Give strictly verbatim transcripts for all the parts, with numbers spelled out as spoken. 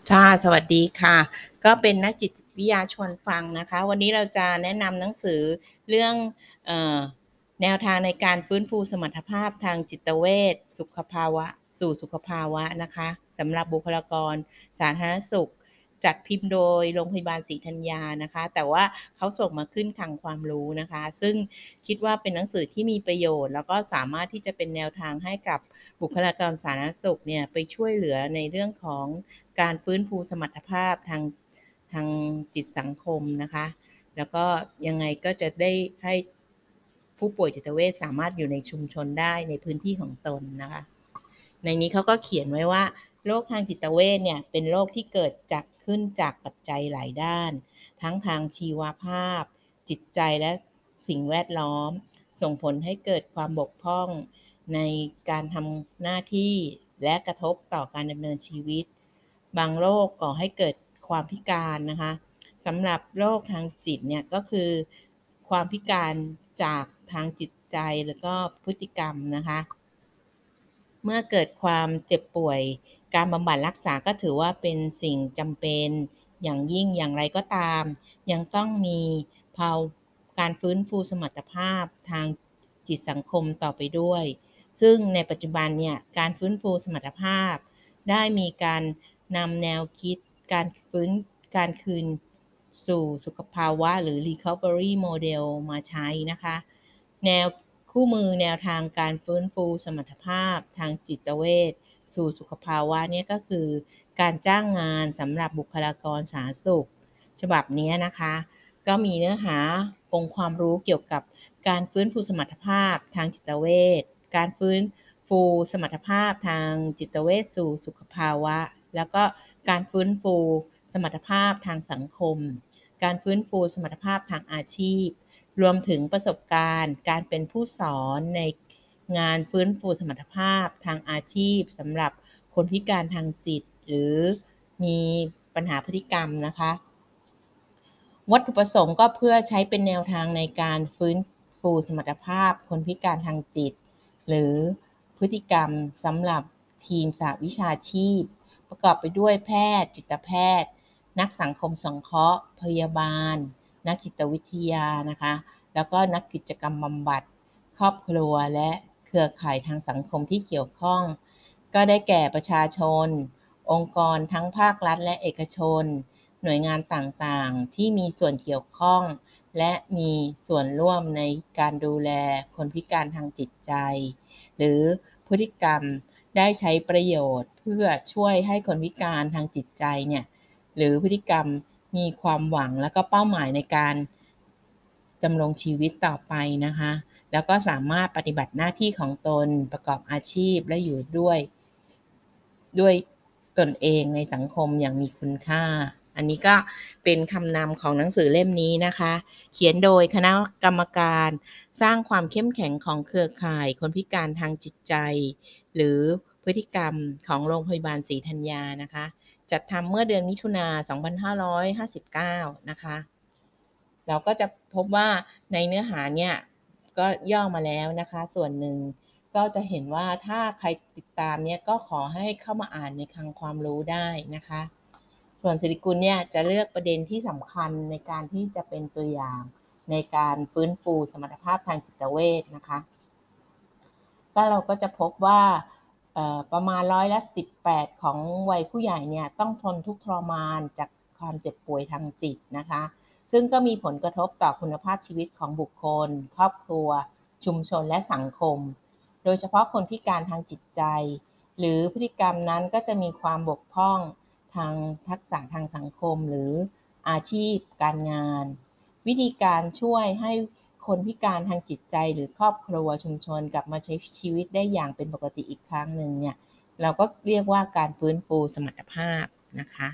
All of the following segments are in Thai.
ค่ะสวัสดีค่ะก็เป็นนักจิตวิทยาชวนฟังนะคะวันนี้เราจะแนะนำหนังสือเรื่องเอ่อแนวทางในการฟื้นฟูสมรรถภาพทางจิตเวชสุขภาวะสู่สุขภาวะนะคะสำหรับบุคลากรสาธารณสุขจัดพิมพ์โดยโรงพยาบาลศรีธัญญานะคะแต่ว่าเขาส่งมาขึ้นคลังความรู้นะคะซึ่งคิดว่าเป็นหนังสือที่มีประโยชน์แล้วก็สามารถที่จะเป็นแนวทางให้กับบุคลากรสาธารณสุขเนี่ยไปช่วยเหลือในเรื่องของการฟื้นฟูสมรรถภาพทางทางจิตสังคมนะคะแล้วก็ยังไงก็จะได้ให้ผู้ป่วยจิตเวชสามารถอยู่ในชุมชนได้ในพื้นที่ของตนนะคะในนี้เขาก็เขียนไว้ว่าโรคทางจิตเวชเนี่ยเป็นโรคที่เกิดจากขึ้นจากปัจจัยหลายด้านทั้งทางชีวภาพจิตใจและสิ่งแวดล้อมส่งผลให้เกิดความบกพร่องในการทำหน้าที่และกระทบต่อการดำเนินชีวิตบางโรคก่อให้เกิดความพิการนะคะสำหรับโรคทางจิตเนี่ยก็คือความพิการจากทางจิตใจแล้วก็พฤติกรรมนะคะเมื่อเกิดความเจ็บป่วยการบำบัดรักษาก็ถือว่าเป็นสิ่งจำเป็นอย่างยิ่งอย่างไรก็ตามยังต้องมีภาวการฟื้นฟูสมรรถภาพทางจิตสังคมต่อไปด้วยซึ่งในปัจจุบันเนี่ยการฟื้นฟูสมรรถภาพได้มีการนำแนวคิดการฟื้นการคืนสู่สุขภาวะหรือ recovery model มาใช้นะคะแนวคู่มือแนวทางการฟื้นฟูสมรรถภาพทางจิตเวชสู่สุขภาวะเนี่ยก็คือการจ้างงานสำหรับบุคลากรสาธารณสุขฉบับนี้นะคะก็มีเนื้อหาองค์ความรู้เกี่ยวกับการฟื้นฟูสมรรถภาพทางจิตเวชการฟื้นฟูสมรรถภาพทางจิตเวชสู่สุขภาวะแล้วก็การฟื้นฟูสมรรถภาพทางสังคมการฟื้นฟูสมรรถภาพทางอาชีพรวมถึงประสบการณ์การเป็นผู้สอนในงานฟื้นฟูสมรรถภาพทางอาชีพสำหรับคนพิการทางจิตหรือมีปัญหาพฤติกรรมนะคะวัตถุประสงค์ก็เพื่อใช้เป็นแนวทางในการฟื้นฟูสมรรถภาพคนพิการทางจิตหรือพฤติกรรมสำหรับทีมสหวิชาชีพประกอบไปด้วยแพทย์จิตแพทย์นักสังคมสงเคราะห์พยาบาลนักจิตวิทยานะคะแล้วก็นักกิจกรรมบำบัดครอบครัวและเครือข่ายทางสังคมที่เกี่ยวข้องก็ได้แก่ประชาชนองค์กรทั้งภาครัฐและเอกชนหน่วยงานต่างๆที่มีส่วนเกี่ยวข้องและมีส่วนร่วมในการดูแลคนพิการทางจิตใจหรือพฤติกรรมได้ใช้ประโยชน์เพื่อช่วยให้คนพิการทางจิตใจเนี่ยหรือพฤติกรรมมีความหวังและก็เป้าหมายในการดำรงชีวิตต่อไปนะคะแล้วก็สามารถปฏิบัติหน้าที่ของตนประกอบอาชีพและอยู่ด้วยด้วยตนเองในสังคมอย่างมีคุณค่าอันนี้ก็เป็นคำนำของหนังสือเล่มนี้นะคะเขียนโดยคณะกรรมการสร้างความเข้มแข็งของเครือข่ายคนพิการทางจิตใจหรือพฤติกรรมของโรงพยาบาลศรีธัญญานะคะจัดทำเมื่อเดือนมิถุนาสองพันห้าร้อยห้าสิบเก้านะคะเราก็จะพบว่าในเนื้อหาเนี่ยก็ย่อมาแล้วนะคะส่วนหนึ่งก็จะเห็นว่าถ้าใครติดตามเนี่ยก็ขอให้เข้ามาอ่านในคลังความรู้ได้นะคะส่วนศิริกุลเนี่ยจะเลือกประเด็นที่สำคัญในการที่จะเป็นตัวอย่างในการฟื้นฟูสมรรถภาพทางจิตเวชนะคะก็เราก็จะพบว่าประมาณร้อยละสิบแปดของวัยผู้ใหญ่เนี่ยต้องทนทุกข์ทรมานจากความเจ็บป่วยทางจิตนะคะซึ่งก็มีผลกระทบต่อคุณภาพชีวิตของบุคคลครอบครัวชุมชนและสังคมโดยเฉพาะคนพิการทางจิตใจหรือพฤติกรรมนั้นก็จะมีความบกพร่องทางทักษะทางสังคมหรืออาชีพการงานวิธีการช่วยให้คนพิการทางจิตใจหรือครอบครัวชุมชนกลับมาใช้ชีวิตได้อย่างเป็นปกติอีกครั้งหนึ่งเนี่ยเราก็เรียกว่าการฟื้นฟูสมรรถภาพนะคะ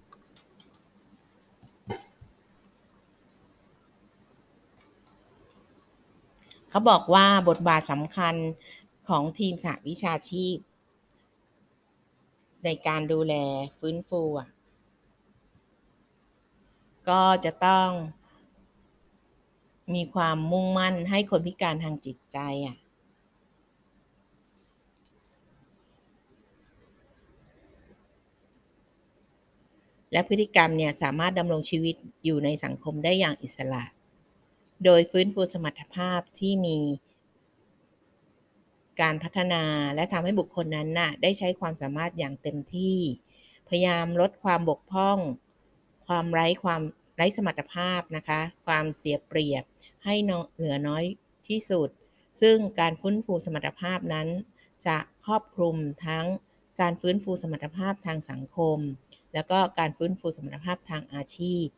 เขาบอกว่าบทบาทสำคัญของทีมสหวิชาชีพในการดูแลฟื้นฟูอ่ะก็จะต้องมีความมุ่งมั่นให้คนพิการทางจิตใจอ่ะและพฤติกรรมเนี่ยสามารถดำรงชีวิตอยู่ในสังคมได้อย่างอิสระ โดยฟื้นฟูสมรรถภาพที่มีการพัฒนาและทำให้บุคคลนั้นน่ะได้ใช้ความสามารถอย่างเต็มที่พยายามลดความบกพร่องความไร้ความไร้สมรรถภาพนะคะความเสียเปรียบให้เหลือน้อยที่สุดซึ่งการฟื้นฟูสมรรถภาพนั้นจะครอบคลุมทั้งการฟื้นฟูสมรรถภาพทางสังคมแล้วก็การฟื้นฟูสมรรถภาพทางอาชีพ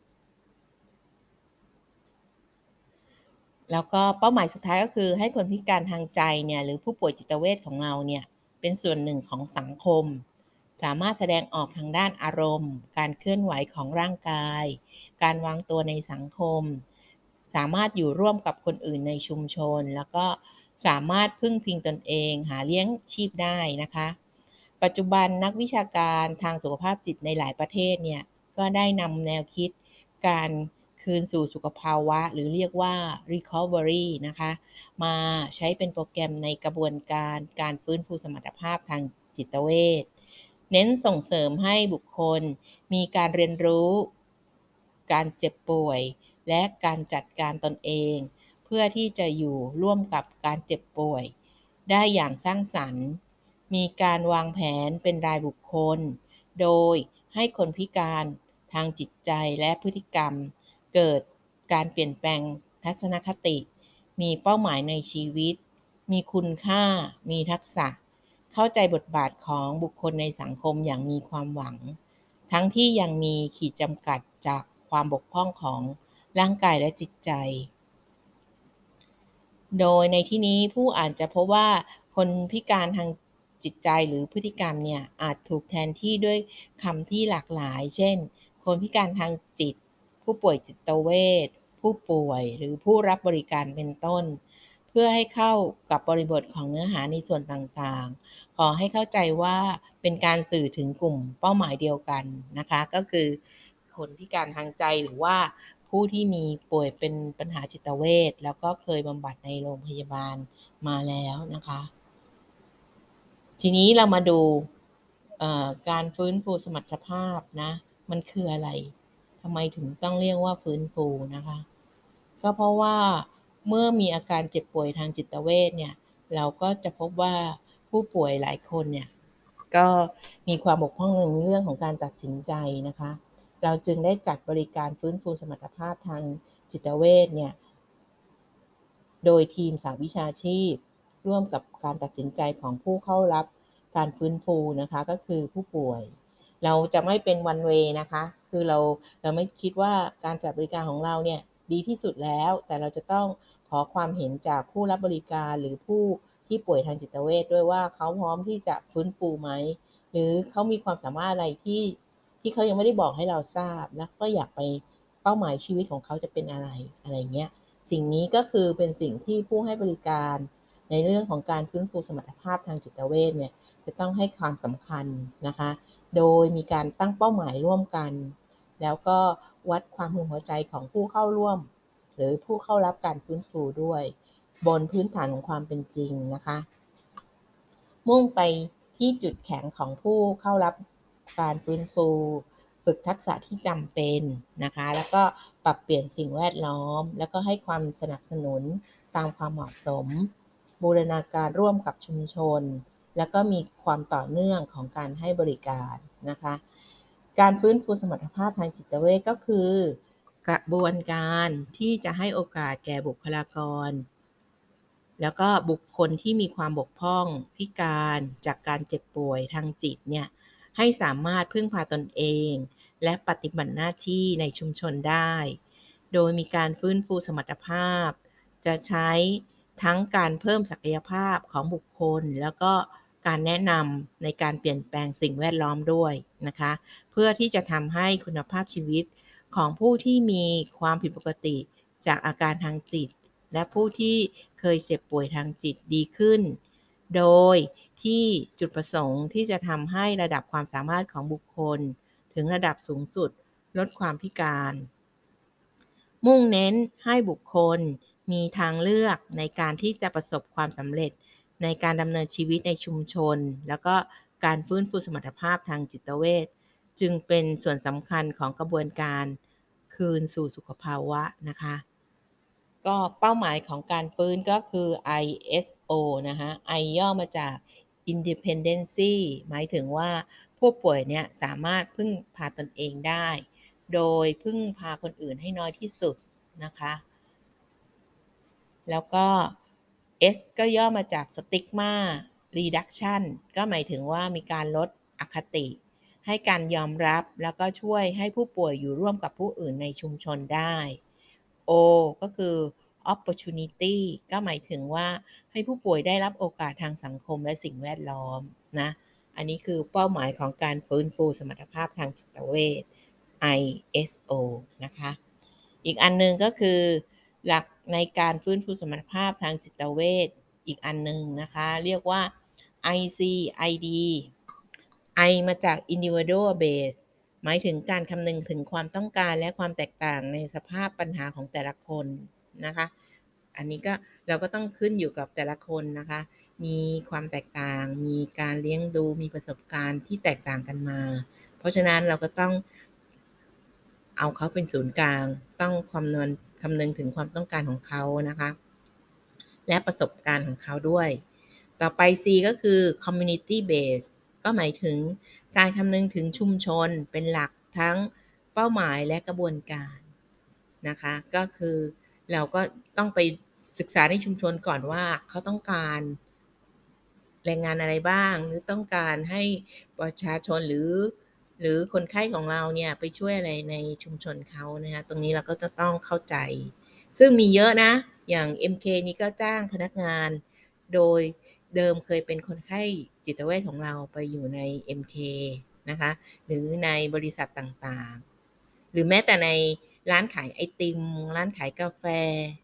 แล้วก็เป้าหมายสุดท้ายก็คือให้คนพิการทางใจเนี่ยหรือผู้ป่วยจิตเวชของเราเนี่ยเป็นส่วนหนึ่งของสังคมสามารถแสดงออกทางด้านอารมณ์การเคลื่อนไหวของร่างกายการวางตัวในสังคมสามารถอยู่ร่วมกับคนอื่นในชุมชนแล้วก็สามารถพึ่งพิงตนเองหาเลี้ยงชีพได้นะคะปัจจุบันนักวิชาการทางสุขภาพจิตในหลายประเทศเนี่ยก็ได้นำแนวคิดการคืนสู่สุขภาวะหรือเรียกว่า recovery นะคะมาใช้เป็นโปรแกรมในกระบวนการการฟื้นฟูสมรรถภาพทางจิตเวชเน้นส่งเสริมให้บุคคลมีการเรียนรู้การเจ็บป่วยและการจัดการตนเองเพื่อที่จะอยู่ร่วมกับการเจ็บป่วยได้อย่างสร้างสรรค์มีการวางแผนเป็นรายบุคคลโดยให้คนพิการทางจิตใจและพฤติกรรมเกิดการเปลี่ยนแปลงทัศนคติมีเป้าหมายในชีวิตมีคุณค่ามีทักษะเข้าใจบทบาทของบุคคลในสังคมอย่างมีความหวังทั้งที่ยังมีขีดจำกัดจากความบกพร่องของร่างกายและจิตใจโดยในที่นี้ผู้อ่านจะพบว่าคนพิการทางจิตใจหรือพฤติกรรมเนี่ยอาจถูกแทนที่ด้วยคำที่หลากหลายเช่นคนพิการทางจิตผู้ป่วยจิตเวชผู้ป่วยหรือผู้รับบริการเป็นต้นเพื่อให้เข้ากับบริบทของเนื้อหาในส่วนต่างๆขอให้เข้าใจว่าเป็นการสื่อถึงกลุ่มเป้าหมายเดียวกันนะคะก็คือคนพิการทางใจหรือว่าผู้ที่มีป่วยเป็นปัญหาจิตเวชแล้วก็เคยบำบัดในโรงพยาบาลมาแล้วนะคะทีนี้เรามาดูการฟื้นฟูสมรรถภาพนะมันคืออะไรทำไมถึงต้องเรียกว่าฟื้นฟูนะคะก็เพราะว่าเมื่อมีอาการเจ็บป่วยทางจิตเวชเนี่ยเราก็จะพบว่าผู้ป่วยหลายคนเนี่ยก็มีความบกพร่องในเรื่องของการตัดสินใจนะคะเราจึงได้จัดบริการฟื้นฟูสมรรถภาพทางจิตเวชเนี่ยโดยทีมสหวิชาชีพร่วมกับการตัดสินใจของผู้เข้ารับการฟื้นฟูนะคะก็คือผู้ป่วยเราจะไม่เป็น one way นะคะคือเราเราไม่คิดว่าการจัดบริการของเราเนี่ยดีที่สุดแล้วแต่เราจะต้องขอความเห็นจากผู้รับบริการหรือผู้ที่ป่วยทางจิตเวชด้วยว่าเขาพร้อมที่จะฟื้นฟูไหมหรือเขามีความสามารถอะไรที่ที่เขายังไม่ได้บอกให้เราทราบแล้วก็อยากไปเป้าหมายชีวิตของเขาจะเป็นอะไรอะไรเงี้ยสิ่งนี้ก็คือเป็นสิ่งที่ผู้ให้บริการในเรื่องของการฟื้นฟูสมรรถภาพทางจิตเวชเนี่ยจะต้องให้ความสำคัญนะคะโดยมีการตั้งเป้าหมายร่วมกันแล้วก็วัดความพึงพอใจของผู้เข้าร่วมหรือผู้เข้ารับการฟื้นฟูด้วยบนพื้นฐานของความเป็นจริงนะคะมุ่งไปที่จุดแข็งของผู้เข้ารับการฟื้นฟูฝึกทักษะที่จำเป็นนะคะแล้วก็ปรับเปลี่ยนสิ่งแวดล้อมแล้วก็ให้ความสนับสนุนตามความเหมาะสมบูรณาการร่วมกับชุมชนแล้วก็มีความต่อเนื่องของการให้บริการนะคะการฟื้นฟูสมรรถภาพทางจิตเวชก็คือกระบวนการที่จะให้โอกาสแก่บุคลากรแล้วก็บุคคลที่มีความบกพร่องพิการจากการเจ็บป่วยทางจิตเนี่ยให้สามารถพึ่งพาตนเองและปฏิบัติหน้าที่ในชุมชนได้โดยมีการฟื้นฟูสมรรถภาพจะใช้ทั้งการเพิ่มศักยภาพของบุคคลแล้วก็การแนะนำในการเปลี่ยนแปลงสิ่งแวดล้อมด้วยนะคะเพื่อที่จะทำให้คุณภาพชีวิตของผู้ที่มีความผิดปกติจากอาการทางจิตและผู้ที่เคยเจ็บป่วยทางจิตดีขึ้นโดยที่จุดประสงค์ที่จะทำให้ระดับความสามารถของบุคคลถึงระดับสูงสุดลดความพิการมุ่งเน้นให้บุคคลมีทางเลือกในการที่จะประสบความสำเร็จในการดำเนินชีวิตในชุมชนแล้วก็การฟื้นฟูสมรรถภาพทางจิตเวชจึงเป็นส่วนสำคัญของกระบวนการคืนสู่สุขภาวะนะคะก็เป้าหมายของการฟื้นก็คือ ไอ เอส โอ นะคะ I ย่อมาจาก Independency หมายถึงว่าผู้ป่วยเนี่ยสามารถพึ่งพาตนเองได้โดยพึ่งพาคนอื่นให้น้อยที่สุดนะคะแล้วก็ S ก็ย่อมาจาก Stigma Reduction ก็หมายถึงว่ามีการลดอคติให้การยอมรับแล้วก็ช่วยให้ผู้ป่วยอยู่ร่วมกับผู้อื่นในชุมชนได้ O ก็คือ Opportunity ก็หมายถึงว่าให้ผู้ป่วยได้รับโอกาสทางสังคมและสิ่งแวดล้อมนะอันนี้คือเป้าหมายของการฟื้นฟูสมรรถภาพทางจิตเวช ไอ เอส โอ นะคะอีกอันนึงก็คือหลักในการฟื้นฟูสมรรถภาพทางจิตเวชอีกอันนึงนะคะเรียกว่า ไอ ซี ไอ ดี I มาจาก Individual Base หมายถึงการคำนึงถึงความต้องการและความแตกต่างในสภาพปัญหาของแต่ละคนนะคะอันนี้ก็เราก็ต้องขึ้นอยู่กับแต่ละคนนะคะมีความแตกต่างมีการเลี้ยงดูมีประสบการณ์ที่แตกต่างกันมาเพราะฉะนั้นเราก็ต้องเอาเขาเป็นศูนย์กลางต้องคำนวณคำนึงถึงความต้องการของเขานะคะและประสบการณ์ของเขาด้วยต่อไป C ก็คือ community base ก็หมายถึงการคำนึงถึงชุมชนเป็นหลักทั้งเป้าหมายและกระบวนการนะคะก็คือเราก็ต้องไปศึกษาในชุมชนก่อนว่าเขาต้องการแรงงานอะไรบ้างหรือต้องการให้ประชาชนหรือหรือคนไข้ของเราเนี่ยไปช่วยอะไรในชุมชนเขานะคะตรงนี้เราก็จะต้องเข้าใจซึ่งมีเยอะนะอย่าง เอ็ม เค นี้ก็จ้างพนักงานโดยเดิมเคยเป็นคนไข้จิตเวชของเราไปอยู่ใน เอ็ม เค นะคะหรือในบริษัทต่างๆหรือแม้แต่ในร้านขายไอติมร้านขายกาแฟ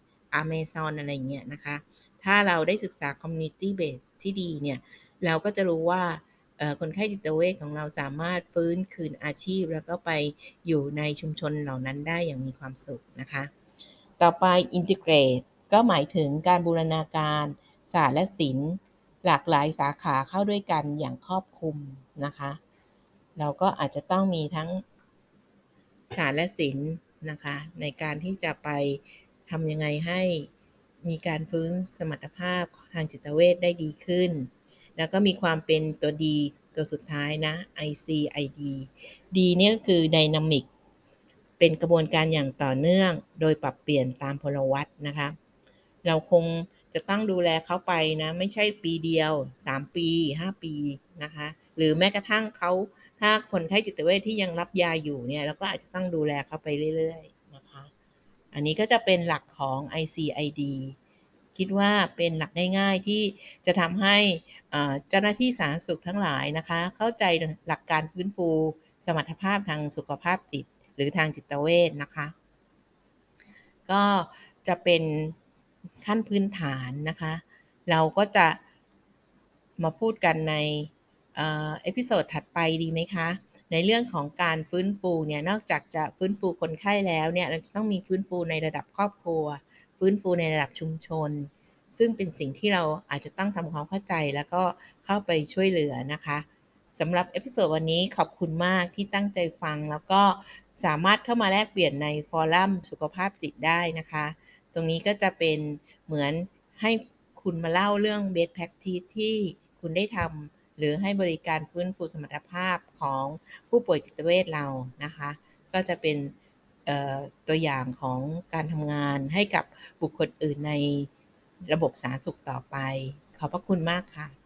Amazon อะไรเงี้ยนะคะถ้าเราได้ศึกษา community base ที่ดีเนี่ยเราก็จะรู้ว่าคนไข้จิตเวชของเราสามารถฟื้นคืนอาชีพแล้วก็ไปอยู่ในชุมชนเหล่านั้นได้อย่างมีความสุขนะคะต่อไป integrate ก็หมายถึงการบูรณาการศาสตร์และศิลป์หลากหลายสาขาเข้าด้วยกันอย่างครอบคลุมนะคะเราก็อาจจะต้องมีทั้งศาสตร์และศิลป์นะคะในการที่จะไปทำยังไงให้มีการฟื้นสมรรถภาพทางจิตเวชได้ดีขึ้นแล้วก็มีความเป็นตัวดีตัวสุดท้ายนะ ไอ ซี ไอ ดี D เนี่ยก็คือ Dynamic เป็นกระบวนการอย่างต่อเนื่องโดยปรับเปลี่ยนตามพลวัตนะคะเราคงจะต้องดูแลเขาไปนะไม่ใช่ปีเดียวสามปีห้าปีนะคะหรือแม้กระทั่งเขาถ้าคนไข้จิตเวชที่ยังรับยาอยู่เนี่ยเราก็อาจจะต้องดูแลเขาไปเรื่อยๆนะคะอันนี้ก็จะเป็นหลักของ ไอ ซี ไอ ดี คิดว่าเป็นหลักง่ายๆที่จะทำให้เจ้าหน้าที่สาธารณสุขทั้งหลายนะคะเข้าใจหลักการฟื้นฟูสมรรถภาพทางสุขภาพจิตหรือทางจิตเวชนะคะก็จะเป็นขั้นพื้นฐานนะคะเราก็จะมาพูดกันในเอพิโซดถัดไปดีไหมคะในเรื่องของการฟื้นฟูเนี่ยนอกจากจะฟื้นฟูคนไข้แล้วเนี่ยเราจะต้องมีฟื้นฟูในระดับครอบครัวฟื้นฟูในระดับชุมชนซึ่งเป็นสิ่งที่เราอาจจะต้องทำความเข้าใจแล้วก็เข้าไปช่วยเหลือนะคะสำหรับเอพิโซดวันนี้ขอบคุณมากที่ตั้งใจฟังแล้วก็สามารถเข้ามาแลกเปลี่ยนในฟอรัมสุขภาพจิตได้นะคะตรงนี้ก็จะเป็นเหมือนให้คุณมาเล่าเรื่อง best practice ที่คุณได้ทำหรือให้บริการฟื้นฟูสมรรถภาพของผู้ป่วยจิตเวชเรานะคะก็จะเป็นตัวอย่างของการทำงานให้กับบุคคลอื่นในระบบสาธารณสุขต่อไปขอบพระคุณมากค่ะ